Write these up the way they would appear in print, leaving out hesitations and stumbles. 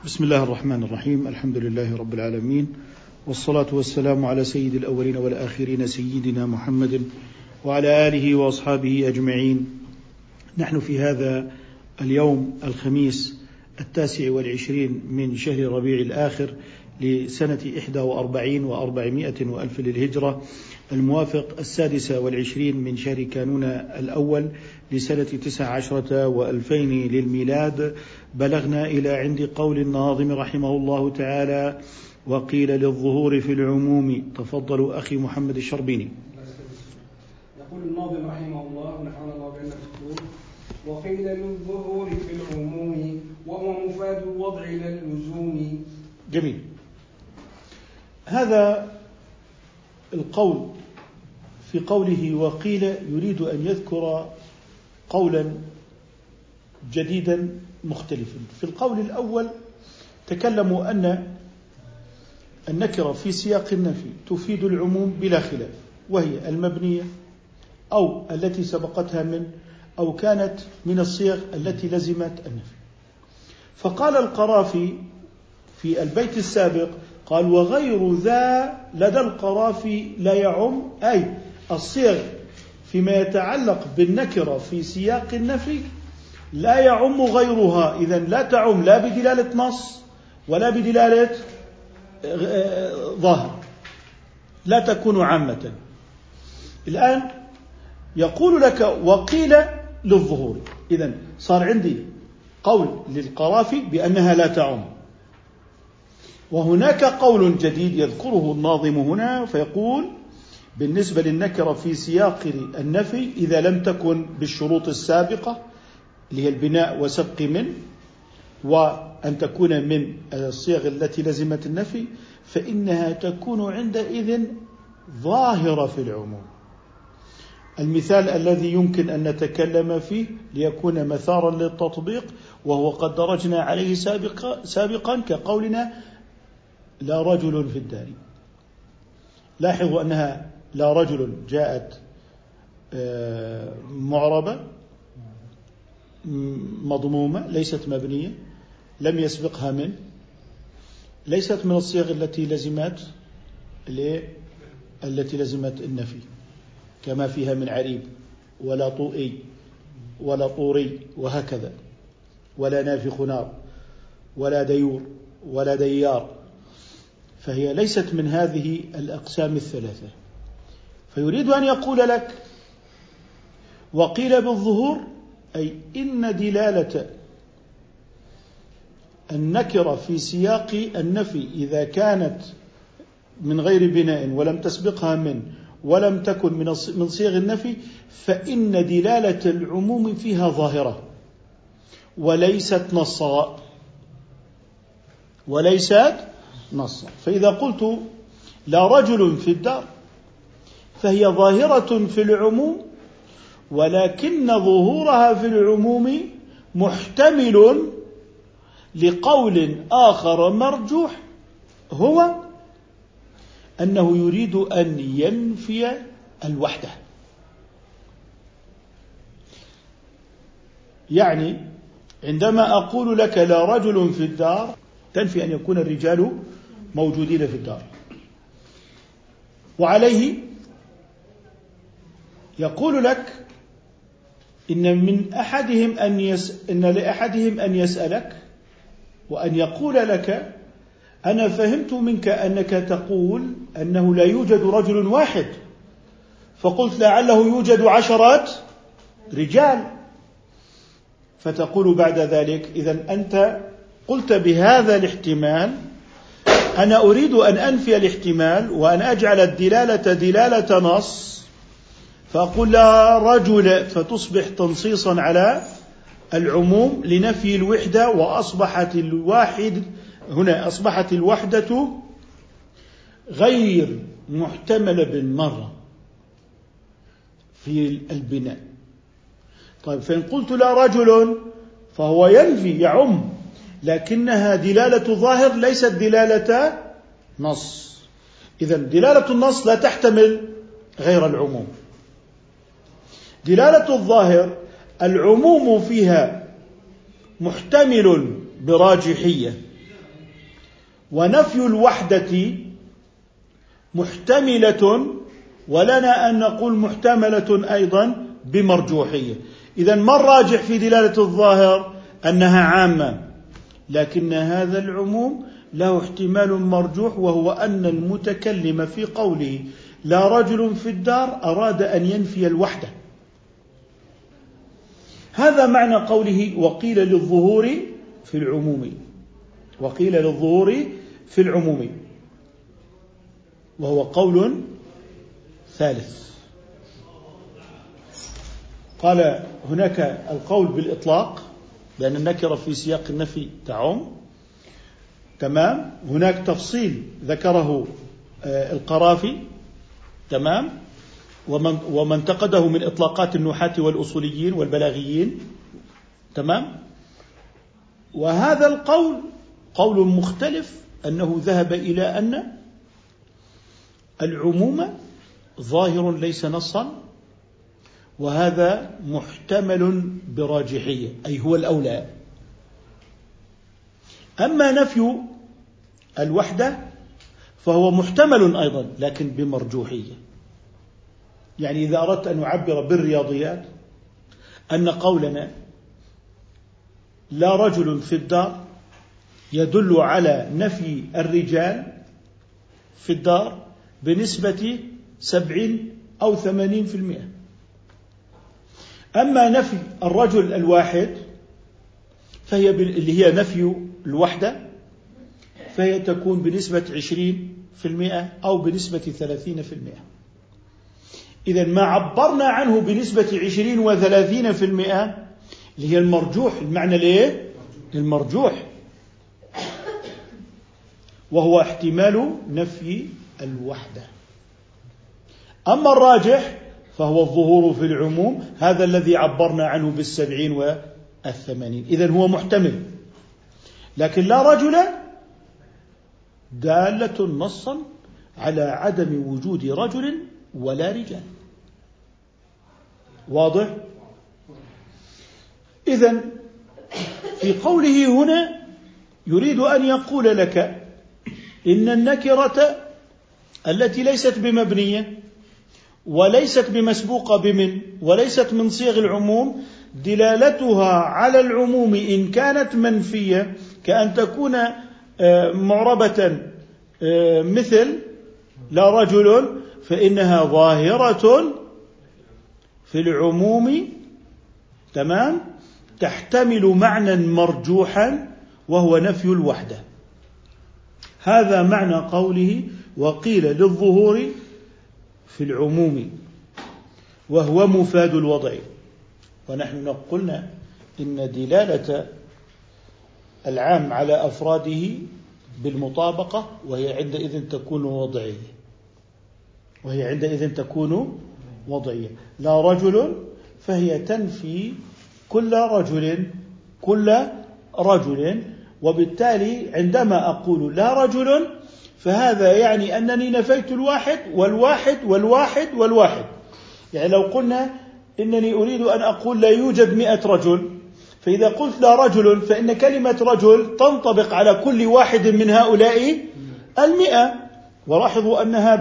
بسم الله الرحمن الرحيم. الحمد لله رب العالمين، والصلاة والسلام على سيد الأولين والآخرين سيدنا محمد وعلى آله وأصحابه أجمعين. نحن في هذا اليوم الخميس 29 من شهر ربيع الآخر لسنة 41 و400 وألف للهجرة، الموافق 26 من شهر كانون الأول لسنة 19 و2000 للميلاد. بلغنا إلى عند قول الناظم رحمه الله تعالى: وقيل للظهور في العموم. تفضلوا أخي محمد الشربيني. يقول الناظم رحمه الله ونفعنا الله بأن الفتور: وقيل للظهور في العموم وهو مفاد الوضع لا اللزوم. جميل. هذا القول في قوله وقيل يريد أن يذكر قولا جديدا مختلفا. في القول الأول تكلموا أن النكرة في سياق النفي تفيد العموم بلا خلاف، وهي المبنية أو التي سبقتها من أو كانت من الصيغ التي لزمت النفي. فقال القرافي في البيت السابق قال: وغير ذا لدى القرافي لا يعم، أي الصيغ فيما يتعلق بالنكرة في سياق النفي لا يعم غيرها، إذن لا تعم لا بدلالة نص ولا بدلالة ظاهر، لا تكون عامة. الآن يقول لك وقيل للظهور، إذن صار عندي قول للقرافي بأنها لا تعم، وهناك قول جديد يذكره الناظم هنا فيقول: بالنسبة للنكرة في سياق النفي إذا لم تكن بالشروط السابقة اللي هي البناء وسبق من، وأن تكون من الصيغ التي لزمت النفي، فإنها تكون عندئذ ظاهرة في العموم. المثال الذي يمكن أن نتكلم فيه ليكون مثارا للتطبيق وهو قد درجنا عليه سابقا كقولنا لا رجل في الدار. لاحظوا أنها لا رجل جاءت معربة مضمومة ليست مبنية، لم يسبقها من، ليست من الصيغ التي لزمت النفي كما فيها من عريب ولا طوئي ولا طوري وهكذا، ولا نافخ نار ولا ديور ولا ديار، فهي ليست من هذه الأقسام الثلاثة. فيريد أن يقول لك وقيل بالظهور، أي إن دلالة النكرة في سياق النفي إذا كانت من غير بناء ولم تسبقها من ولم تكن من صيغ النفي، فإن دلالة العموم فيها ظاهرة وليست نصا. فإذا قلت لا رجل في الدار فهي ظاهرة في العموم، ولكن ظهورها في العموم محتمل لقول آخر مرجوح، هو أنه يريد أن ينفي الوحدة. يعني عندما أقول لك لا رجل في الدار تنفي أن يكون الرجال موجودين في الدار، وعليه يقول لك إن لأحدهم أن يسألك وأن يقول لك: أنا فهمت منك أنك تقول أنه لا يوجد رجل واحد، فقلت لعله يوجد 10 رجال، فتقول بعد ذلك: إذن أنت قلت بهذا الاحتمال، أنا أريد أن أنفي الاحتمال وأن أجعل الدلالة دلالة نص، فأقول لا رجل، فتصبح تنصيصا على العموم لنفي الوحدة، وأصبحت الوحدة غير محتملة بالمرة في البناء. طيب، فإن قلت لا رجل فهو ينفي يعم، لكنها دلالة ظاهر ليست دلالة نص. إذن دلالة النص لا تحتمل غير العموم. دلالة الظاهر العموم فيها محتمل براجحية، ونفي الوحدة محتملة، ولنا أن نقول محتملة أيضا بمرجوحية. إذن ما الراجح في دلالة الظاهر؟ أنها عامة، لكن هذا العموم له احتمال مرجوح، وهو أن المتكلم في قوله لا رجل في الدار أراد أن ينفي الوحدة. هذا معنى قوله وقيل للظهور في العموم، وقيل للظهور في العموم، وهو قول ثالث. قال هناك القول بالإطلاق، لأن النكرة في سياق النفي تعم، تمام. هناك تفصيل ذكره القرافي، تمام، ومن انتقده من إطلاقات النحاة والأصوليين والبلاغيين، تمام. وهذا القول قول مختلف، أنه ذهب إلى أن العموم ظاهر ليس نصا، وهذا محتمل براجحية، أي هو الأولى. أما نفي الوحدة فهو محتمل أيضا، لكن بمرجوحية. يعني إذا أردت أن أعبر بالرياضيات أن قولنا لا رجل في الدار يدل على نفي الرجال في الدار بنسبة 70 أو 80%. أما نفي الرجل الواحد فهي اللي هي نفي الوحدة، فهي تكون بنسبة 20% أو بنسبة 30%. إذن ما عبرنا عنه بنسبة 20 و30% اللي هي المرجوح، المعنى الايه؟ المرجوح، وهو احتمال نفي الوحدة. أما الراجح فهو الظهور في العموم، هذا الذي عبرنا عنه بال70 وال80. إذن هو محتمل، لكن لا رجل دالة نصا على عدم وجود رجل ولا رجال. واضح؟ إذن في قوله هنا يريد أن يقول لك إن النكرة التي ليست بمبنية وليست بمسبوقة بمن وليست من صيغ العموم، دلالتها على العموم إن كانت منفية، كأن تكون معربة مثل لا رجل، فإنها ظاهرة في العموم، تمام، تحتمل معنى مرجوحا وهو نفي الوحدة. هذا معنى قوله وقيل للظهور في العموم، وهو مفاد الوضع. ونحن قلنا إن دلالة العام على أفراده بالمطابقة، وهي عندئذ تكون وضعية، وهي عندئذ تكون وضعية. لا رجل فهي تنفي كل رجل، وبالتالي عندما أقول لا رجل فهذا يعني أنني نفيت الواحد والواحد والواحد والواحد. يعني لو قلنا إنني أريد أن أقول لا يوجد 100 رجل، فإذا قلت لا رجل فإن كلمة رجل تنطبق على كل واحد من هؤلاء 100. ولاحظوا أنها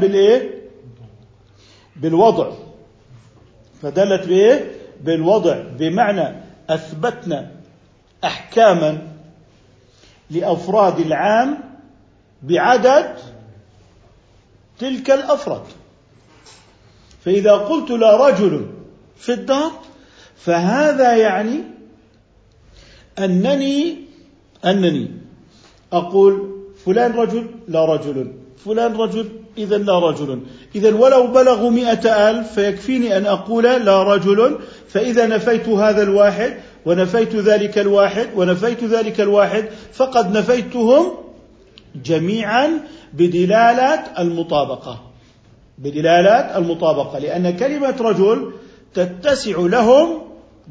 بالوضع، فدلت بالوضع، بمعنى أثبتنا أحكاما لأفراد العام بعدد تلك الأفراد. فإذا قلت لا رجل في الدار فهذا يعني أنني أقول فلان رجل لا رجل، فلان رجل إذن لا رجل. إذن ولو بلغوا 100,000 فيكفيني أن أقول لا رجل. فإذا نفيت هذا الواحد ونفيت ذلك الواحد ونفيت ذلك الواحد فقد نفيتهم جميعا بدلالة المطابقة، لأن كلمة رجل تتسع لهم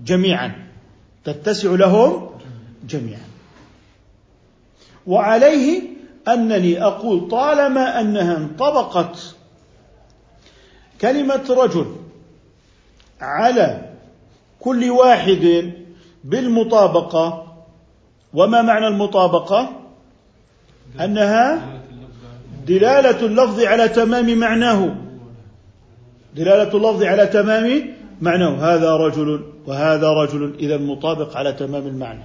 جميعا. وعليه أنني أقول طالما أنها انطبقت كلمة رجل على كل واحد بالمطابقة. وما معنى المطابقة؟ أنها دلالة اللفظ على تمام معناه، دلالة اللفظ على تمام معناه، هذا رجل وهذا رجل، إذا مطابق على تمام المعنى.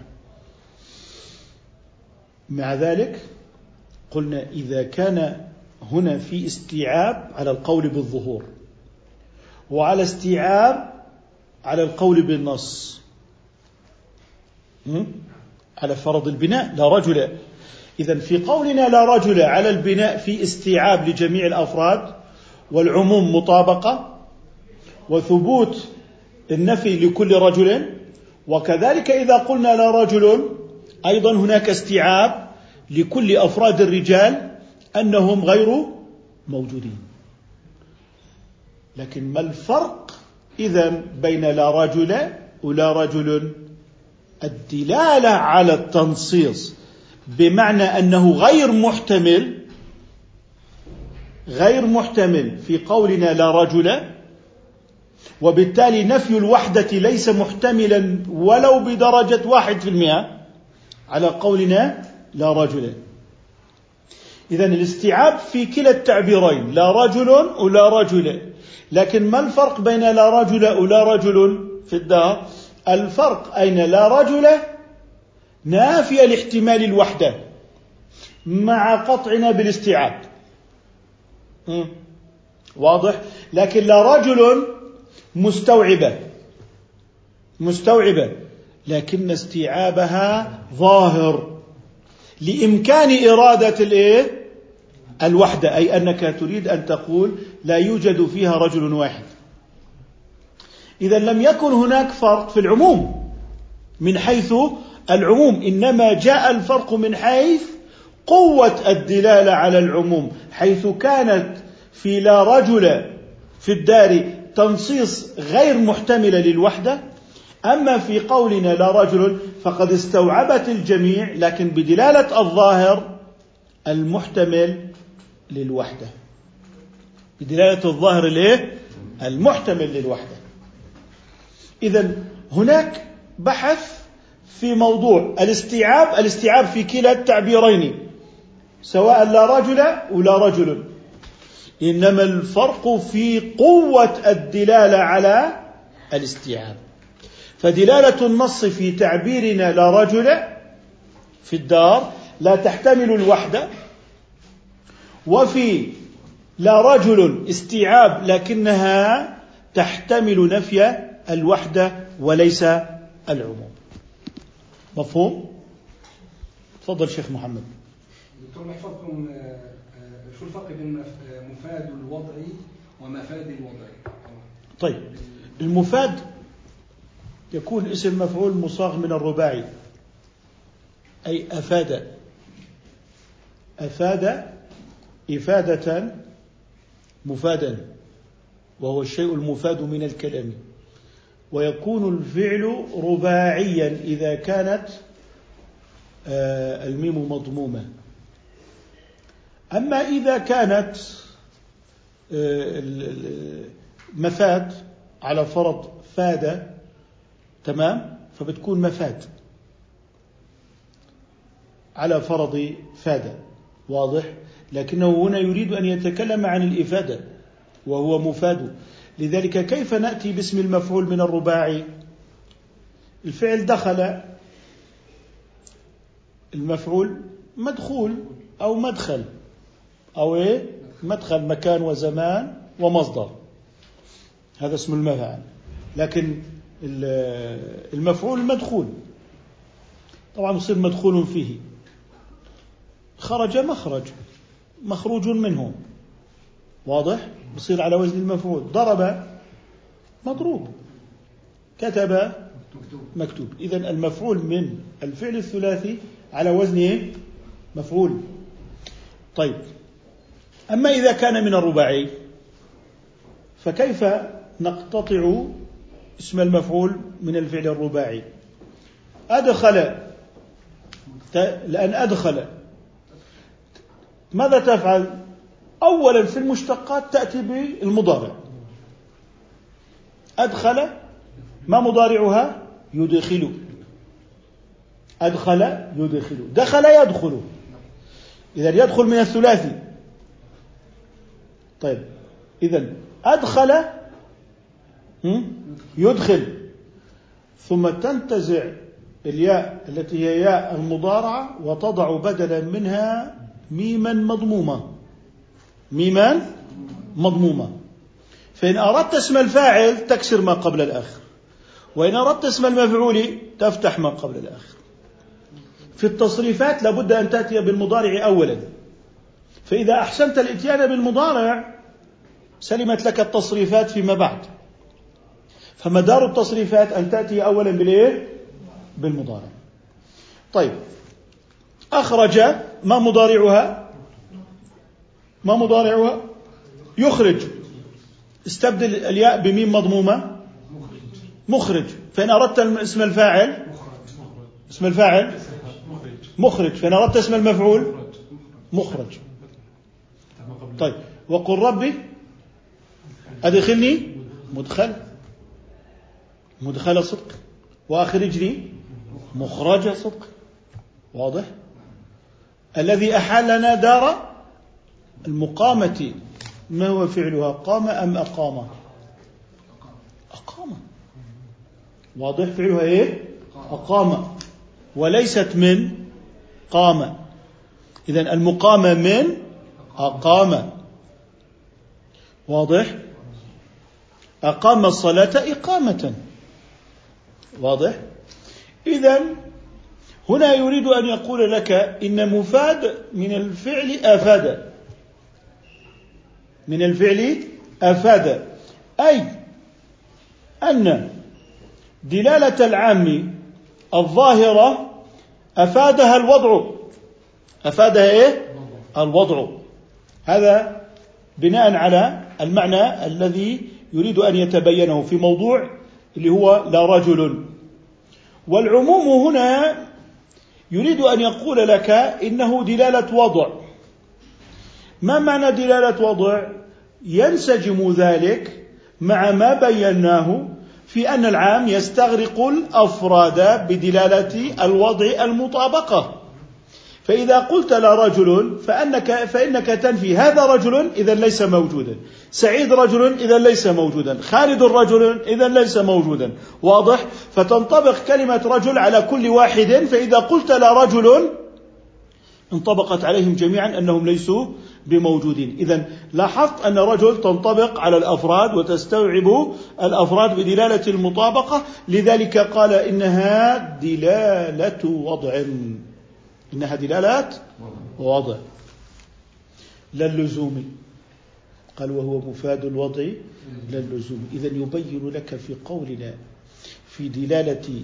مع ذلك قلنا إذا كان هنا في استيعاب على القول بالظهور، وعلى استيعاب على القول بالنص، على فرض البناء لا رجل، إذن في قولنا لا رجل على البناء في استيعاب لجميع الأفراد، والعموم مطابقة، وثبوت النفي لكل رجل. وكذلك إذا قلنا لا رجل أيضا هناك استيعاب لكل أفراد الرجال أنهم غير موجودين. لكن ما الفرق إذن بين لا رجل ولا رجل؟ الدلالة على التنصيص، بمعنى أنه غير محتمل في قولنا لا رجل، وبالتالي نفي الوحدة ليس محتملا ولو بدرجة 1% على قولنا لا رجل. إذن الاستيعاب في كلا التعبيرين، لا رجل ولا رجل. لكن ما الفرق بين لا رجل ولا رجل في الدار؟ الفرق أين لا رجل نافية لاحتمال الوحدة مع قطعنا بالاستيعاب، واضح؟ لكن لا رجل مستوعبة لكن استيعابها ظاهر لإمكان إرادة الوحدة، أي أنك تريد أن تقول لا يوجد فيها رجل واحد. إذا لم يكن هناك فرق في العموم من حيث العموم، إنما جاء الفرق من حيث قوة الدلالة على العموم، حيث كانت في لا رجل في الدار تنصيص غير محتمل للوحدة، أما في قولنا لا رجل فقد استوعبت الجميع لكن بدلالة الظاهر المحتمل للوحدة، بدلالة الظاهر المحتمل للوحدة. إذن هناك بحث في موضوع الاستيعاب في كلا التعبيرين، سواء لا رجل ولا رجل، إنما الفرق في قوة الدلالة على الاستيعاب. فدلالة النص في تعبيرنا لا رجل في الدار لا تحتمل الوحدة، وفي لا رجل استيعاب لكنها تحتمل نفي الوحدة وليس العموم. مفهوم؟ تفضل شيخ محمد. دكتور ما يحفظكم، شو الفرق بين مفاد الوضع ومفاد الوضع؟ طيب، المفاد يكون اسم مفعول مصاغ من الرباعي، أي أفاد إفادة مفادا، وهو الشيء المفاد من الكلام. ويكون الفعل رباعيا إذا كانت الميم مضمومة. أما إذا كانت مفاد على فرض فاد، تمام، فبتكون مفاد على فرض فاد، واضح؟ لكنه هنا يريد أن يتكلم عن الإفادة وهو مفاد. لذلك كيف نأتي باسم المفعول من الرباعي؟ الفعل دخل، المفعول مدخول أو مدخل أو مدخل، مكان وزمان ومصدر، هذا اسم المفعول. لكن المفعول مدخول طبعا يصير مدخول فيه، خرج مخروج منه، واضح؟ بصير على وزن المفعول. ضرب مضروب، كتب مكتوب. إذن المفعول من الفعل الثلاثي على وزن مفعول. طيب، أما إذا كان من الرباعي فكيف نقتطع اسم المفعول من الفعل الرباعي؟ أدخل، لأن أدخل ماذا تفعل؟ أولا في المشتقات تأتي بالمضارع. أدخل ما مضارعها؟ يدخل. أدخل يدخل، دخل يدخل. إذا يدخل من الثلاثي. طيب إذا أدخل يدخل، ثم تنتزع الياء التي هي ياء المضارعة وتضع بدلا منها ميما مضمومة، ميما مضمومة. فإن أردت اسم الفاعل تكسر ما قبل الآخر، وإن أردت اسم المفعول تفتح ما قبل الآخر. في التصريفات لابد أن تأتي بالمضارع أولا، فإذا أحسنت الإتيان بالمضارع سلمت لك التصريفات فيما بعد. فمدار التصريفات أن تأتي أولا بالإيه؟ بالمضارع. طيب أخرج، ما مضارعها؟ ما مضارعها؟ يخرج. استبدل الياء بميم مضمومة، مخرج. فإن أردت اسم الفاعل، اسم الفاعل مخرج. فإن أردت اسم المفعول مخرج. طيب وقل ربي أدخلني مدخل صدق، وأخرجني مخرج صدق. واضح؟ الذي أحال لنا دار المقامة ما هو فعلها؟ قام أم أقام؟ أقام. واضح؟ فعلها إيه؟ أقام، وليست من قام. إذن المقامة من أقام. واضح؟ أقام الصلاة إقامة. واضح؟ إذن هنا يريد أن يقول لك إن مفاد من الفعل أفاد، من الفعل أفاد، أي أن دلالة العام الظاهرة أفادها الوضع. أفادها إيه؟ الوضع. هذا بناء على المعنى الذي يريد أن يتبينه في موضوع اللي هو لا رجل. والعموم هنا يريد أن يقول لك إنه دلالة وضع. ما معنى دلالة وضع؟ ينسجم ذلك مع ما بيناه في أن العام يستغرق الأفراد بدلالة الوضع المطابقة. فإذا قلت لا رجل فإنك تنفي هذا رجل إذا ليس موجودا، سعيد رجل إذا ليس موجودا، خالد رجل إذا ليس موجودا. واضح؟ فتنطبق كلمة رجل على كل واحد. فإذا قلت لا رجل انطبقت عليهم جميعا أنهم ليسوا بموجودين. إذن لاحظت أن رجل تنطبق على الأفراد وتستوعب الأفراد بدلالة المطابقة، لذلك قال إنها دلالة وضع. إنها دلالة وضع لا اللزوم. قال وهو مفاد الوضع لا اللزوم. إذن يبين لك في قولنا في دلالة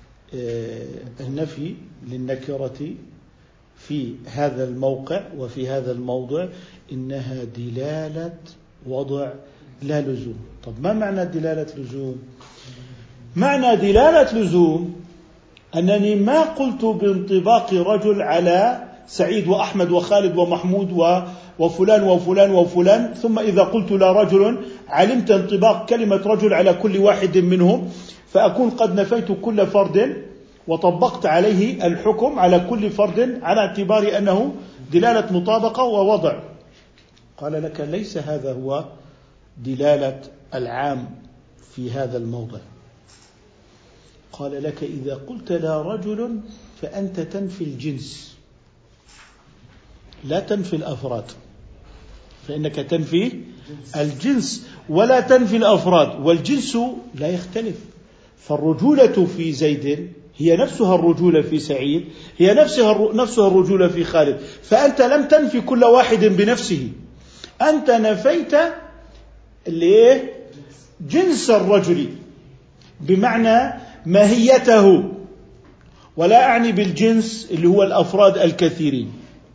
النفي للنكرة في هذا الموقع وفي هذا الموضع إنها دلالة وضع لا لزوم. طب ما معنى دلالة لزوم؟ معنى دلالة لزوم أنني ما قلت بانطباق رجل على سعيد وأحمد وخالد ومحمود وفلان وفلان وفلان، ثم إذا قلت لا رجل علمت انطباق كلمة رجل على كل واحد منهم، فأكون قد نفيت كل فرد وطبقت عليه الحكم على كل فرد على اعتبار أنه دلالة مطابقة ووضع. قال لك ليس هذا هو دلالة العام في هذا الموضع. قال لك إذا قلت لا رجل فأنت تنفي الجنس لا تنفي الأفراد، فإنك تنفي الجنس ولا تنفي الأفراد، والجنس لا يختلف. فالرجولة في زيد هي نفسها الرجولة في سعيد، هي نفسها الرجولة في خالد. فأنت لم تنفي كل واحد بنفسه، أنت نفيت جنس الرجل بمعنى ماهيته، ولا أعني بالجنس اللي هو الأفراد الكثيرين.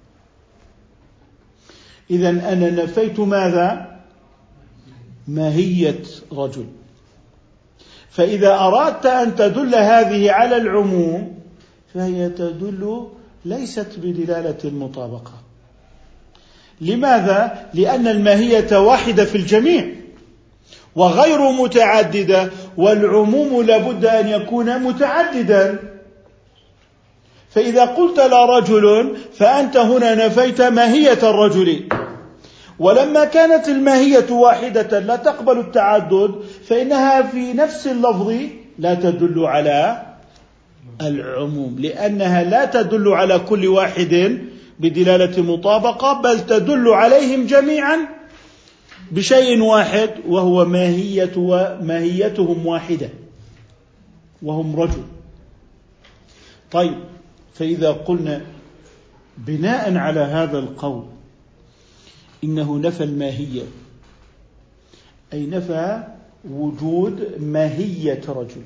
إذن أنا نفيت ماذا؟ ماهية رجل. فإذا أردت أن تدل هذه على العموم فهي تدل ليست بدلالة المطابقة. لماذا؟ لأن الماهية واحدة في الجميع وغير متعددة، والعموم لابد أن يكون متعددا. فإذا قلت لا رجل فأنت هنا نفيت ماهية الرجل، ولما كانت الماهية واحدة لا تقبل التعدد فإنها في نفس اللفظ لا تدل على العموم، لأنها لا تدل على كل واحد بدلالة مطابقة، بل تدل عليهم جميعا بشيء واحد، وهو ماهيتهم واحدة وهم رجل. طيب، فإذا قلنا بناء على هذا القول إنه نفى الماهية، أي نفى وجود ماهية رجل،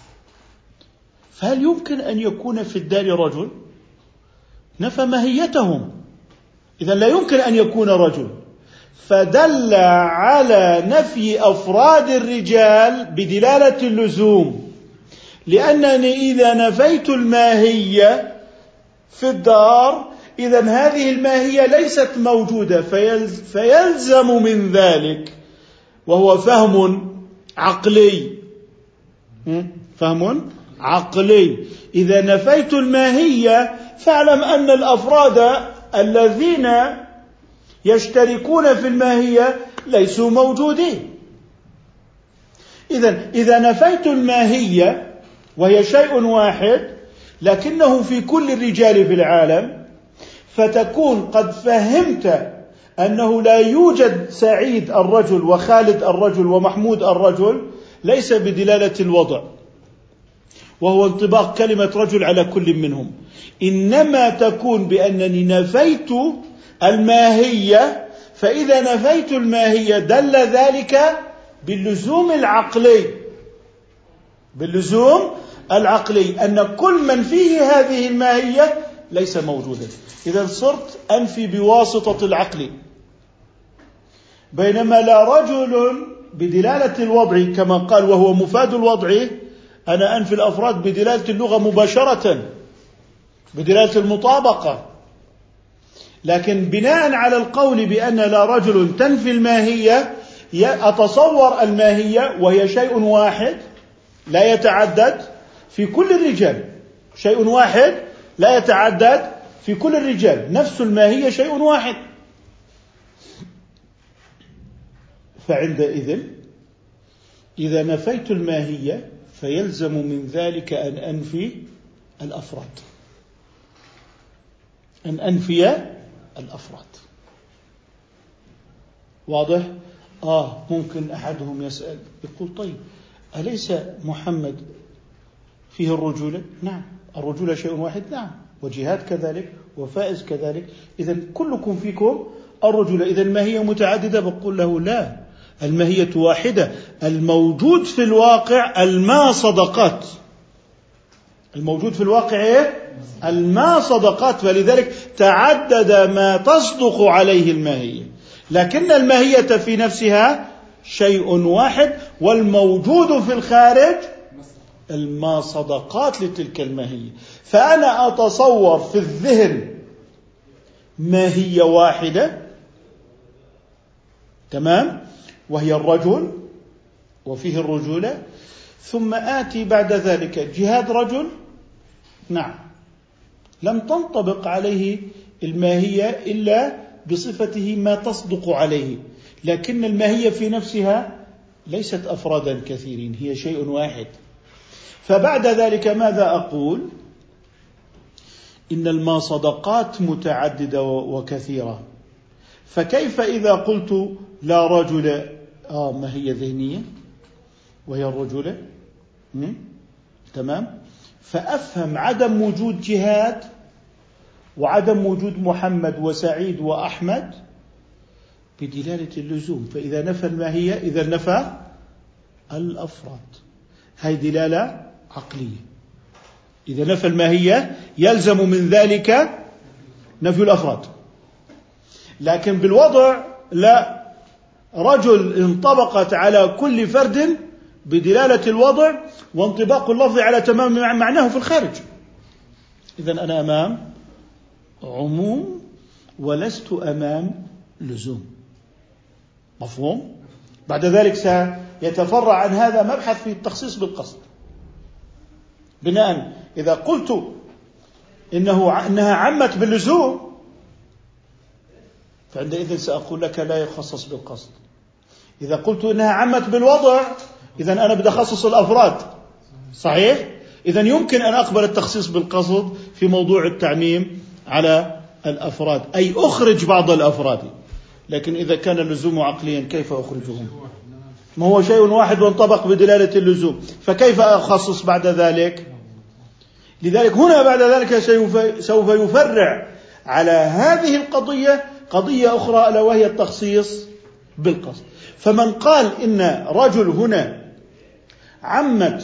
فهل يمكن أن يكون في الدار رجل؟ نفى ماهيتهم، إذن لا يمكن أن يكون رجل، فدل على نفي أفراد الرجال بدلالة اللزوم، لأنني إذا نفيت الماهية في الدار إذن هذه الماهية ليست موجودة، فيلزم من ذلك، وهو فهم عقلي، فهم عقلي، إذا نفيت الماهية فاعلم أن الأفراد الذين يشتركون في الماهية ليسوا موجودين. إذا نفيت الماهية وهي شيء واحد لكنه في كل الرجال في العالم، فتكون قد فهمت أنه لا يوجد سعيد الرجل وخالد الرجل ومحمود الرجل، ليس بدلالة الوضع وهو انطباق كلمة رجل على كل منهم، إنما تكون بأنني نفيت الماهية، فإذا نفيت الماهية دل ذلك باللزوم العقلي أن كل من فيه هذه الماهية ليس موجودا. إذا صرت أنفي بواسطة العقل، بينما لا رجل بدلالة الوضع كما قال وهو مفاد الوضع، أنا أنفي الأفراد بدلالة اللغة مباشرة بدلالة المطابقة، لكن بناء على القول بأن لا رجل تنفي الماهية أتصور الماهية وهي شيء واحد لا يتعدد في كل الرجال، شيء واحد لا يتعدد في كل الرجال، نفس الماهية شيء واحد. فعندئذ إذا نفيت الماهية فيلزم من ذلك أن أنفي الأفراد، واضح؟ ممكن أحدهم يسأل يقول طيب أليس محمد فيه الرجولة؟ نعم، الرجولة شيء واحد، نعم، وجهاد كذلك وفائز كذلك، إذن كلكم فيكم الرجولة، إذن ما هي متعددة؟ بقول له لا، الماهية واحدة، الموجود في الواقع الماء صدقات، الموجود في الواقع الماء صدقات، فلذلك تعدد ما تصدق عليه الماهية، لكن الماهية في نفسها شيء واحد، والموجود في الخارج الماء صدقات لتلك الماهية. فأنا أتصور في الذهن ماهية واحدة، تمام، وهي الرجل وفيه الرجولة، ثم آتي بعد ذلك جهاد رجل، نعم، لم تنطبق عليه الماهية إلا بصفته ما تصدق عليه، لكن الماهية في نفسها ليست أفرادا كثيرين، هي شيء واحد. فبعد ذلك ماذا أقول؟ إن الماء صدقات متعددة وكثيرة، فكيف إذا قلت لا رجل ماهية ذهنية وهي الرجولة، تمام، فأفهم عدم وجود جهاد وعدم وجود محمد وسعيد وأحمد بدلالة اللزوم، فإذا نفى الماهية إذا نفى الأفراد، هاي دلالة عقلية، إذا نفى الماهية يلزم من ذلك نفي الأفراد. لكن بالوضع لا، رجل انطبقت على كل فرد بدلالة الوضع وانطباق اللفظ على تمام معناه في الخارج، إذن أنا أمام عموم ولست أمام لزوم، مفهوم؟ بعد ذلك سيتفرع عن هذا مبحث في التخصيص بالقصد. بناء إذا قلت إنها عمت باللزوم، فعندئذ سأقول لك لا يخصص بالقصد. إذا قلت إنها عمت بالوضع، إذن أنا بدي أخصص الأفراد، صحيح؟ إذن يمكن أن أقبل التخصيص بالقصد في موضوع التعميم على الأفراد، أي أخرج بعض الأفراد. لكن إذا كان اللزوم عقليا كيف أخرجهم؟ ما هو شيء واحد وانطبق بدلالة اللزوم، فكيف أخصص بعد ذلك؟ لذلك هنا بعد ذلك سوف يفرع على هذه القضية قضية أخرى، ألا وهي التخصيص بالقصد. فمن قال إن رجل هنا عمت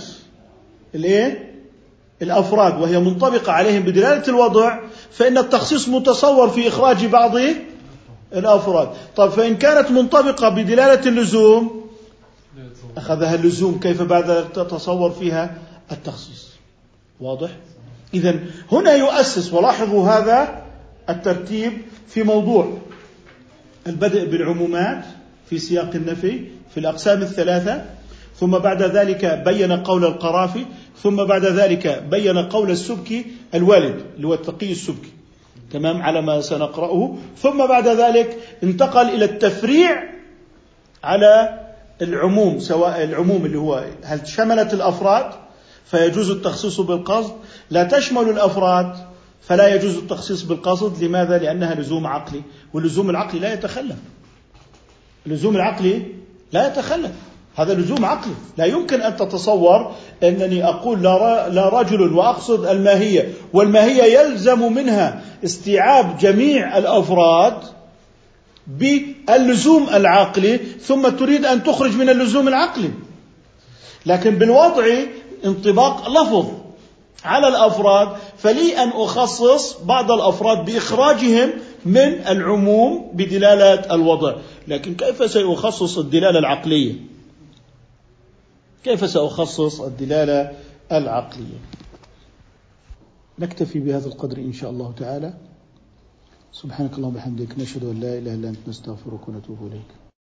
الأفراد وهي منطبقة عليهم بدلالة الوضع، فإن التخصيص متصور في إخراج بعض الأفراد. طب فإن كانت منطبقة بدلالة اللزوم أخذها اللزوم، كيف بعد ذلك تتصور فيها التخصيص؟ واضح؟ إذن هنا يؤسس، ولاحظوا هذا الترتيب في موضوع البدء بالعمومات في سياق النفي في الأقسام الثلاثة، ثم بعد ذلك بين قول القرافي، ثم بعد ذلك بين قول السبكي الوالد اللي هو التقي السبكي، تمام على ما سنقرأه. ثم بعد ذلك انتقل إلى التفريع على العموم، سواء العموم اللي هو هل شملت الأفراد فيجوز التخصيص بالقصد، لا تشمل الأفراد فلا يجوز التخصيص بالقصد. لماذا؟ لأنها لزوم عقلي، واللزوم العقلي لا يتخلف. اللزوم العقلي لا يتخلف، هذا لزوم عقلي. لا يمكن أن تتصور أنني أقول لا رجل وأقصد الماهية، والماهية يلزم منها استيعاب جميع الأفراد باللزوم العقلي، ثم تريد أن تخرج من اللزوم العقلي. لكن بالوضع انطباق لفظ على الأفراد، فلي أن أخصص بعض الأفراد بإخراجهم من العموم بدلالة الوضع. لكن كيف سأخصص الدلالة العقلية؟ كيف سأخصص الدلالة العقلية؟ نكتفي بهذا القدر إن شاء الله تعالى. سبحانك اللهم وبحمدك، نشهد أن لا إله إلا أنت، نستغفرك ونتوب إليك.